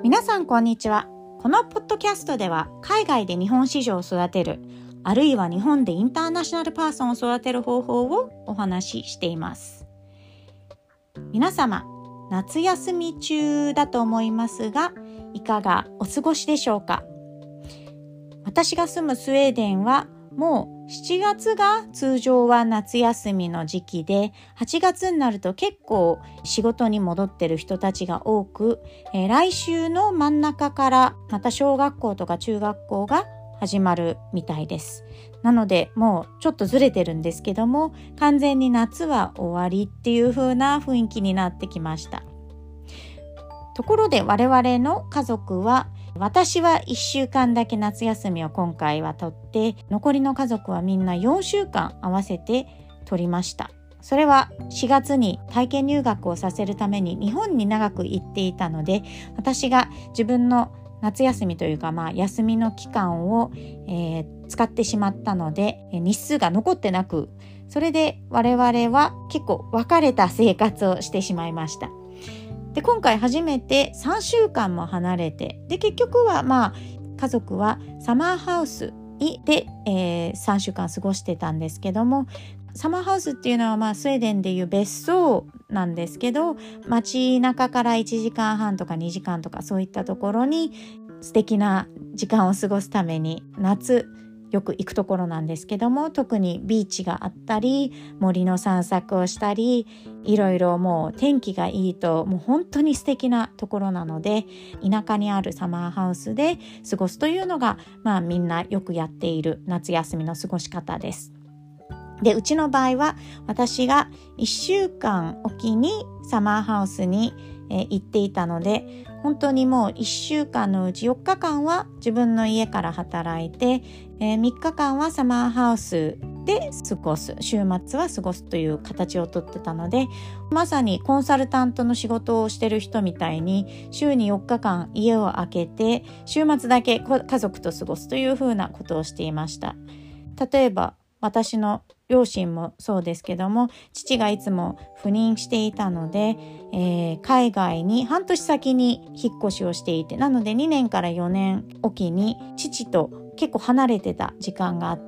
皆さんこんにちは。このポッドキャストでは海外で日本市場を育てる、あるいは日本でインターナショナルパーソンを育てる方法をお話ししています。皆様、夏休み中だと思いますが、いかがお過ごしでしょうか。私が住むスウェーデンはもう7月が通常は夏休みの時期で、8月になると結構仕事に戻ってる人たちが多く、来週の真ん中からまた小学校とか中学校が始まるみたいです。なのでもうちょっとずれてるんですけども、完全に夏は終わりっていう風な雰囲気になってきました。ところで我々の家族は、私は1週間だけ夏休みを今回は取って、残りの家族はみんな4週間合わせて取りました。それは4月に体験入学をさせるために日本に長く行っていたので、私が自分の夏休みというか、休みの期間を、使ってしまったので、日数が残ってなく、それで我々は結構別れた生活をしてしまいました。で、今回初めて3週間も離れて、で結局は家族はサマーハウスで、3週間過ごしてたんですけども、サマーハウスっていうのはスウェーデンでいう別荘なんですけど、街中から1時間半とか2時間とかそういったところに素敵な時間を過ごすために夏よく行くところなんですけども、特にビーチがあったり森の散策をしたり、いろいろもう天気がいいともう本当に素敵なところなので、田舎にあるサマーハウスで過ごすというのがみんなよくやっている夏休みの過ごし方です。で、うちの場合は私が1週間おきにサマーハウスに行っていたので、本当にもう1週間のうち4日間は自分の家から働いて、3日間はサマーハウスで過ごす、週末は過ごすという形をとってたので、まさにコンサルタントの仕事をしてる人みたいに週に4日間家を空けて週末だけ家族と過ごすというふうなことをしていました。例えば私の両親もそうですけども、父がいつも赴任していたので、海外に半年先に引っ越しをしていて、なので2年から4年おきに父と結構離れてた時間があって、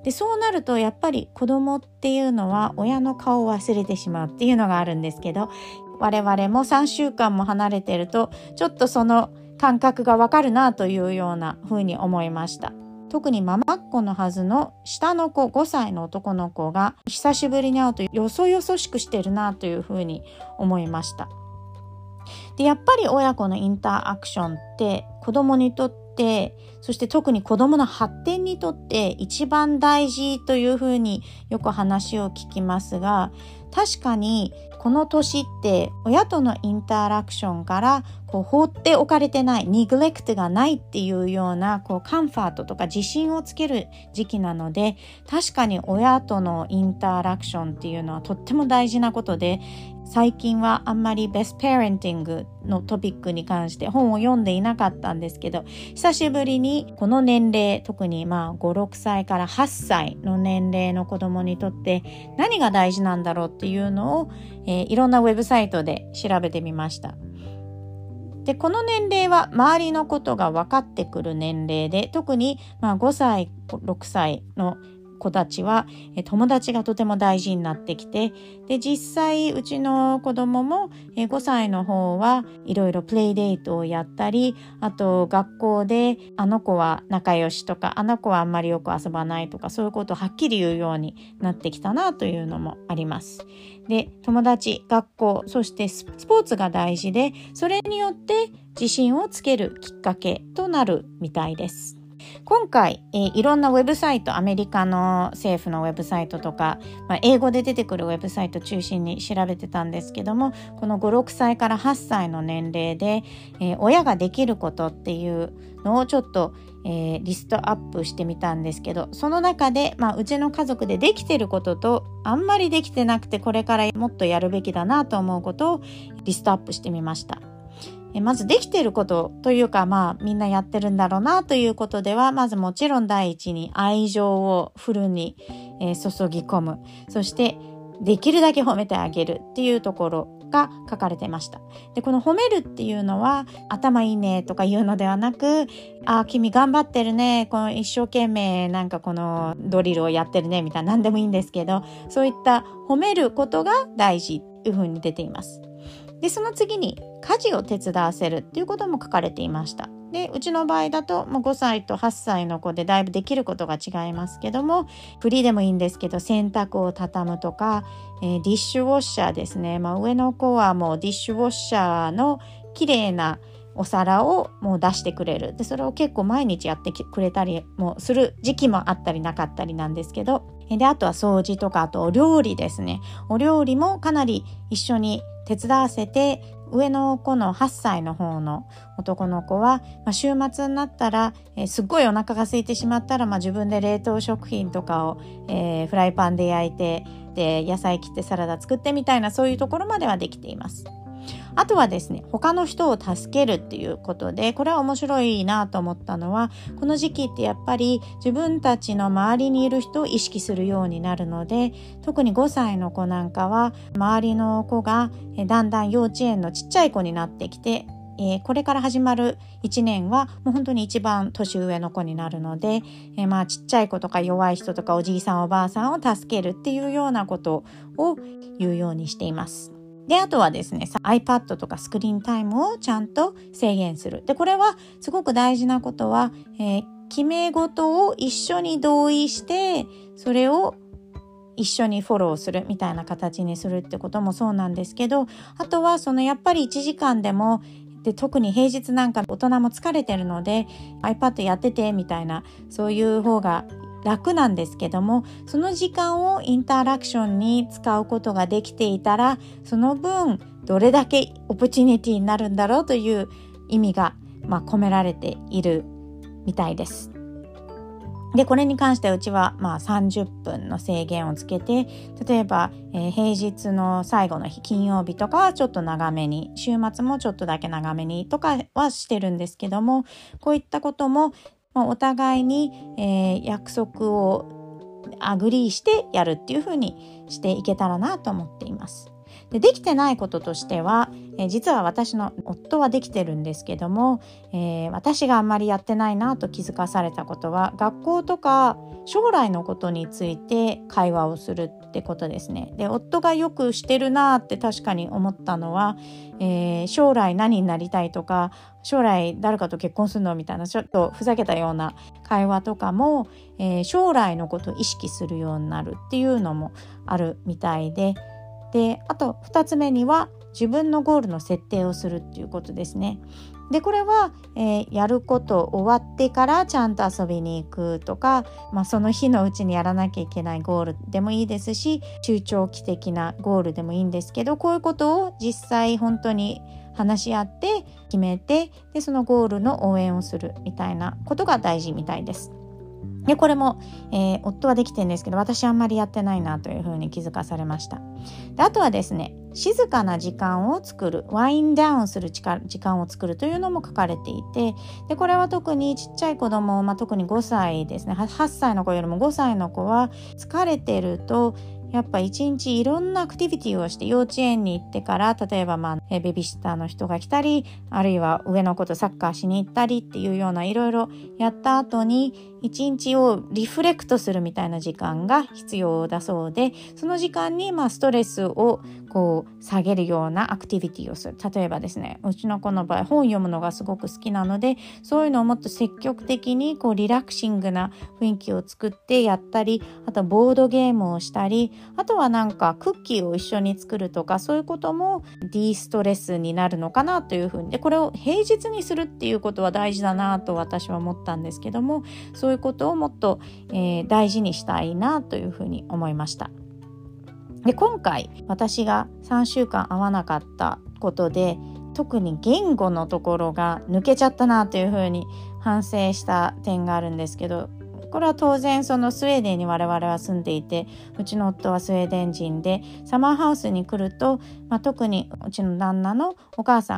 でそうなるとやっぱり子供っていうのは親の顔を忘れてしまうっていうのがあるんですけど、我々も3週間も離れてるとちょっとその感覚がわかるなというような風に思いました。特にママっ子のはずの下の子、5歳の男の子が久しぶりに会うとよそよそしくしてるなというふうに思いました。で、やっぱり親子のインターアクションって子供にとって、そして特に子供の発展にとって一番大事というふうによく話を聞きますが、確かにこの年って親とのインタラクションから放っておかれてない、ニグレクトがないっていうようなカンファートとか自信をつける時期なので、確かに親とのインタラクションっていうのはとっても大事なことで、最近はあんまりベストパレンティングのトピックに関して本を読んでいなかったんですけど、久しぶりにこの年齢、特に5、6歳から8歳の年齢の子供にとって何が大事なんだろうっていうのを、いろんなウェブサイトで調べてみました。で、この年齢は周りのことが分かってくる年齢で、特に5歳、6歳の子たちは友達がとても大事になってきて、で実際うちの子供も5歳の方はいろいろプレイデートをやったり、あと学校であの子は仲良しとかあの子はあんまりよく遊ばないとか、そういうことをはっきり言うようになってきたなというのもあります。で、友達、学校、そしてスポーツが大事で、それによって自信をつけるきっかけとなるみたいです。今回、いろんなウェブサイト、アメリカの政府のウェブサイトとか、英語で出てくるウェブサイト中心に調べてたんですけども、この5、6歳から8歳の年齢で、親ができることっていうのをちょっと、リストアップしてみたんですけど、その中で、うちの家族でできてることとあんまりできてなくて、これからもっとやるべきだなと思うことをリストアップしてみました。まずできていることというか、みんなやってるんだろうなということでは、まずもちろん第一に愛情をフルに、注ぎ込む。そしてできるだけ褒めてあげるっていうところが書かれてました。で、この褒めるっていうのは頭いいねとか言うのではなく、君頑張ってるね、この一生懸命なんかこのドリルをやってるねみたいな、何でもいいんですけど、そういった褒めることが大事というふうに出ています。で、その次に家事を手伝わせるっていうことも書かれていました。で、うちの場合だと5歳と8歳の子でだいぶできることが違いますけども、フリーでもいいんですけど、洗濯を畳むとか、ディッシュウォッシャーですね。上の子はもうディッシュウォッシャーの綺麗なお皿をもう出してくれる。で、それを結構毎日やってくれたりもする時期もあったりなかったりなんですけど、で、あとは掃除とか、あとお料理ですね。お料理もかなり一緒に手伝わせて、上の子の8歳の方の男の子は、週末になったら、すっごいお腹が空いてしまったら、自分で冷凍食品とかを、フライパンで焼いて、で野菜切ってサラダ作ってみたいな、そういうところまではできています。あとはですね、他の人を助けるっていうことで、これは面白いなと思ったのは、この時期ってやっぱり自分たちの周りにいる人を意識するようになるので、特に5歳の子なんかは周りの子がだんだん幼稚園のちっちゃい子になってきて、これから始まる1年はもう本当に一番年上の子になるので、ちっちゃい子とか弱い人とかおじいさんおばあさんを助けるっていうようなことを言うようにしています。で、あとはですね、iPad とかスクリーンタイムをちゃんと制限する。で、これはすごく大事なことは、決め事を一緒に同意して、それを一緒にフォローするみたいな形にするってこともそうなんですけど、あとはやっぱり1時間でも、で、特に平日なんか大人も疲れてるので iPad やっててみたいな、そういう方が楽なんですけども、その時間をインタラクションに使うことができていたら、その分どれだけオプチュニティになるんだろうという意味が、込められているみたいです。で、これに関してうちは30分の制限をつけて、例えば、平日の最後の日、金曜日とかはちょっと長めに、週末もちょっとだけ長めにとかはしてるんですけども、こういったこともお互いに、約束をアグリーしてやるっていう風にしていけたらなと思っています。できてないこととしては、実は私の夫はできてるんですけども、私があんまりやってないなと気づかされたことは、学校とか将来のことについて会話をするってことですね。で、夫がよくしてるなって確かに思ったのは、将来何になりたいとか、将来誰かと結婚するのみたいな、ちょっとふざけたような会話とかも、将来のことを意識するようになるっていうのもあるみたいで、あと2つ目には自分のゴールの設定をするっていうことですね。で、これは、やること終わってからちゃんと遊びに行くとか、その日のうちにやらなきゃいけないゴールでもいいですし、中長期的なゴールでもいいんですけど、こういうことを実際本当に話し合って決めて、でそのゴールの応援をするみたいなことが大事みたいです。で、これも、夫はできてるんですけど、私あんまりやってないなというふうに気づかされました。で、あとはですね、静かな時間を作る、ワインダウンする時間を作るというのも書かれていて、で、これは特にちっちゃい子供、特に5歳ですね、8歳の子よりも5歳の子は疲れてると、やっぱ一日いろんなアクティビティをして、幼稚園に行ってから、例えばベビーシッターの人が来たり、あるいは上の子とサッカーしに行ったりっていうようないろいろやった後に、一日をリフレクトするみたいな時間が必要だそうで、その時間にストレスを下げるようなアクティビティをする。例えばですね、うちの子の場合本読むのがすごく好きなので、そういうのをもっと積極的にリラクシングな雰囲気を作ってやったり、あとボードゲームをしたり、あとはクッキーを一緒に作るとか、そういうこともディストレスになるのかなというふうに。で、これを平日にするっていうことは大事だなと私は思ったんですけども、そういうことをもっと、大事にしたいなというふうに思いました。で、今回私が3週間会わなかったことで、特に言語のところが抜けちゃったなというふうに反省した点があるんですけど、これは当然スウェーデンに我々は住んでいて、うちの夫はスウェーデン人で、サマーハウスに来ると、特にうちの旦那のお母さんが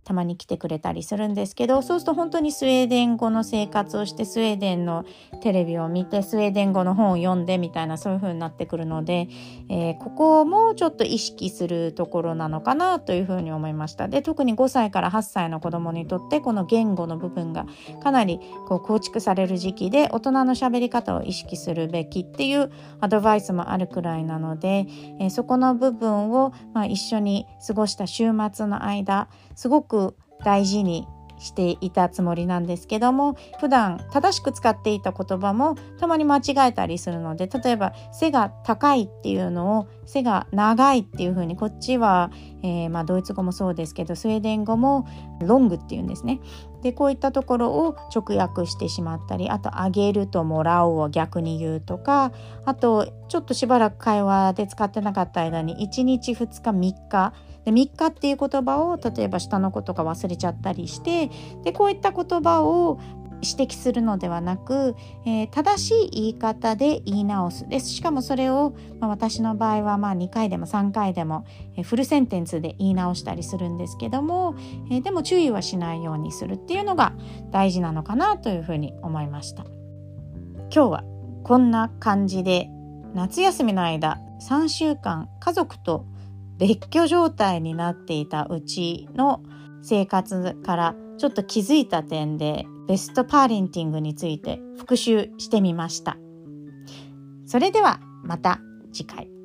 たまに来てくれたりするんですけど、そうすると本当にスウェーデン語の生活をして、スウェーデンのテレビを見て、スウェーデン語の本を読んでみたいな、そういう風になってくるので、ここもちょっと意識するところなのかなという風に思いました。で、特に5歳から8歳の子供にとってこの言語の部分がかなり構築される時期で、大人の喋り方を意識するべきっていうアドバイスもあるくらいなので、そこの部分を一緒に過ごした週末の間、すごく大事にしていたつもりなんですけども、普段正しく使っていた言葉もたまに間違えたりするので、例えば背が高いっていうのを背が長いっていう風に、こっちは、ドイツ語もそうですけどスウェーデン語もロングっていうんですね。で、こういったところを直訳してしまったり、あとあげるともらうを逆に言うとか、あとちょっとしばらく会話で使ってなかった間に1日2日3日で、3日っていう言葉を例えば下の子とか忘れちゃったりして、でこういった言葉を指摘するのではなく、正しい言い方で言い直すです。しかもそれを、私の場合は2回でも3回でも、フルセンテンスで言い直したりするんですけども、でも注意はしないようにするっていうのが大事なのかなというふうに思いました。今日はこんな感じで、夏休みの間3週間家族と別居状態になっていたうちの生活からちょっと気づいた点で、ベストパーレンティングについて復習してみました。それではまた次回。